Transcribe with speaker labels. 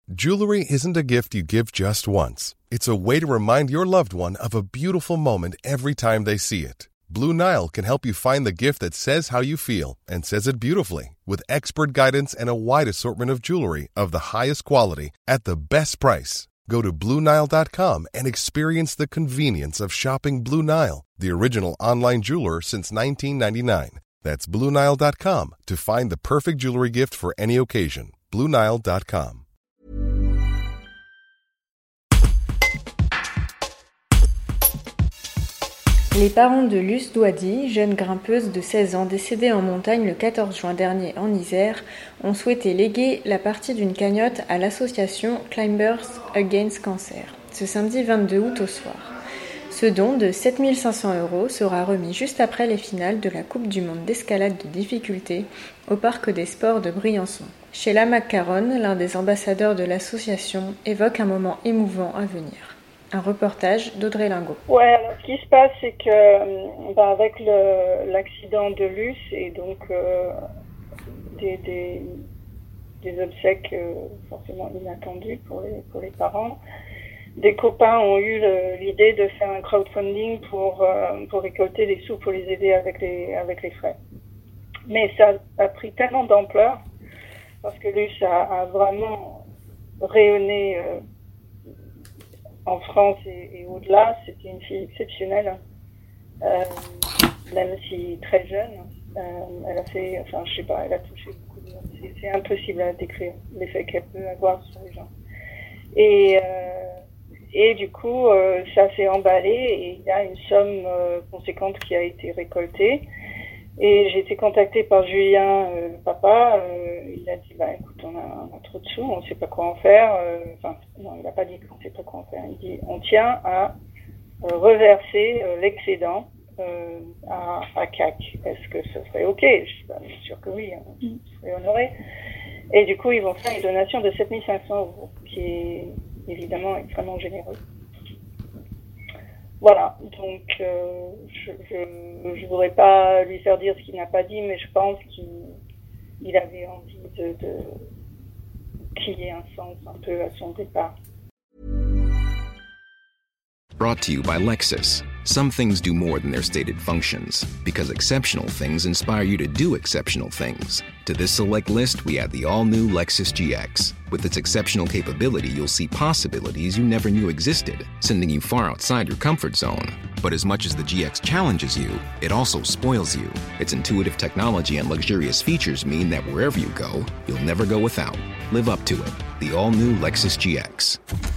Speaker 1: Jewelry isn't a gift you give just once. It's a way to remind your loved one of a beautiful moment every time they see it. Blue Nile can help you find the gift that says how you feel and says it beautifully, with expert guidance and a wide assortment of jewelry of the highest quality at the best price. Go to BlueNile.com and experience the convenience of shopping Blue Nile, the original online jeweler since 1999. That's BlueNile.com to find the perfect jewelry gift for any occasion. BlueNile.com.
Speaker 2: Les parents de Luce Douady, jeune grimpeuse de 16 ans décédée en montagne le 14 juin dernier en Isère, ont souhaité léguer la partie d'une cagnotte à l'association Climbers Against Cancer, ce samedi 22 août au soir. Ce don de 7 500 € sera remis juste après les finales de la Coupe du Monde d'escalade de difficulté au Parc des Sports de Briançon. Sheila McCarron, l'un des ambassadeurs de l'association, évoque un moment émouvant à venir. Un reportage d'Audrey Lingot.
Speaker 3: Ouais, alors ce qui se passe, c'est que avec l'accident de Luce et donc des obsèques forcément inattendues pour les parents, des copains ont eu l'idée de faire un crowdfunding pour récolter des sous pour les aider avec les frais. Mais ça a pris tellement d'ampleur parce que Luce a vraiment rayonné en France et au-delà. C'était une fille exceptionnelle, même si très jeune. Elle a fait, je sais pas, elle a touché beaucoup de monde. C'est impossible à décrire l'effet qu'elle peut avoir sur les gens. Et du coup, ça s'est emballé et il y a une somme conséquente qui a été récoltée. Et j'ai été contactée par Julien, le papa. Il a dit, écoute, on a trop de sous, on sait pas quoi en faire. Non, il a pas dit qu'on sait pas quoi en faire. Il dit, on tient à reverser l'excédent à CAC. Est-ce que ce serait OK? Je suis pas sûre que oui, je serais honorée. Et du coup, ils vont faire une donation de 7 500 €, qui est évidemment extrêmement généreux. Voilà, donc je voudrais pas lui faire dire ce qu'il n'a pas dit, mais je pense qu'il avait envie qu'il y ait un sens un peu à son départ.
Speaker 4: Brought to you by Lexus. Some things do more than their stated functions, because exceptional things inspire you to do exceptional things. To this select list, we add the all-new Lexus GX. With its exceptional capability, you'll see possibilities you never knew existed, sending you far outside your comfort zone. But as much as the GX challenges you, it also spoils you. Its intuitive technology and luxurious features mean that wherever you go, you'll never go without. Live up to it. The all-new Lexus GX.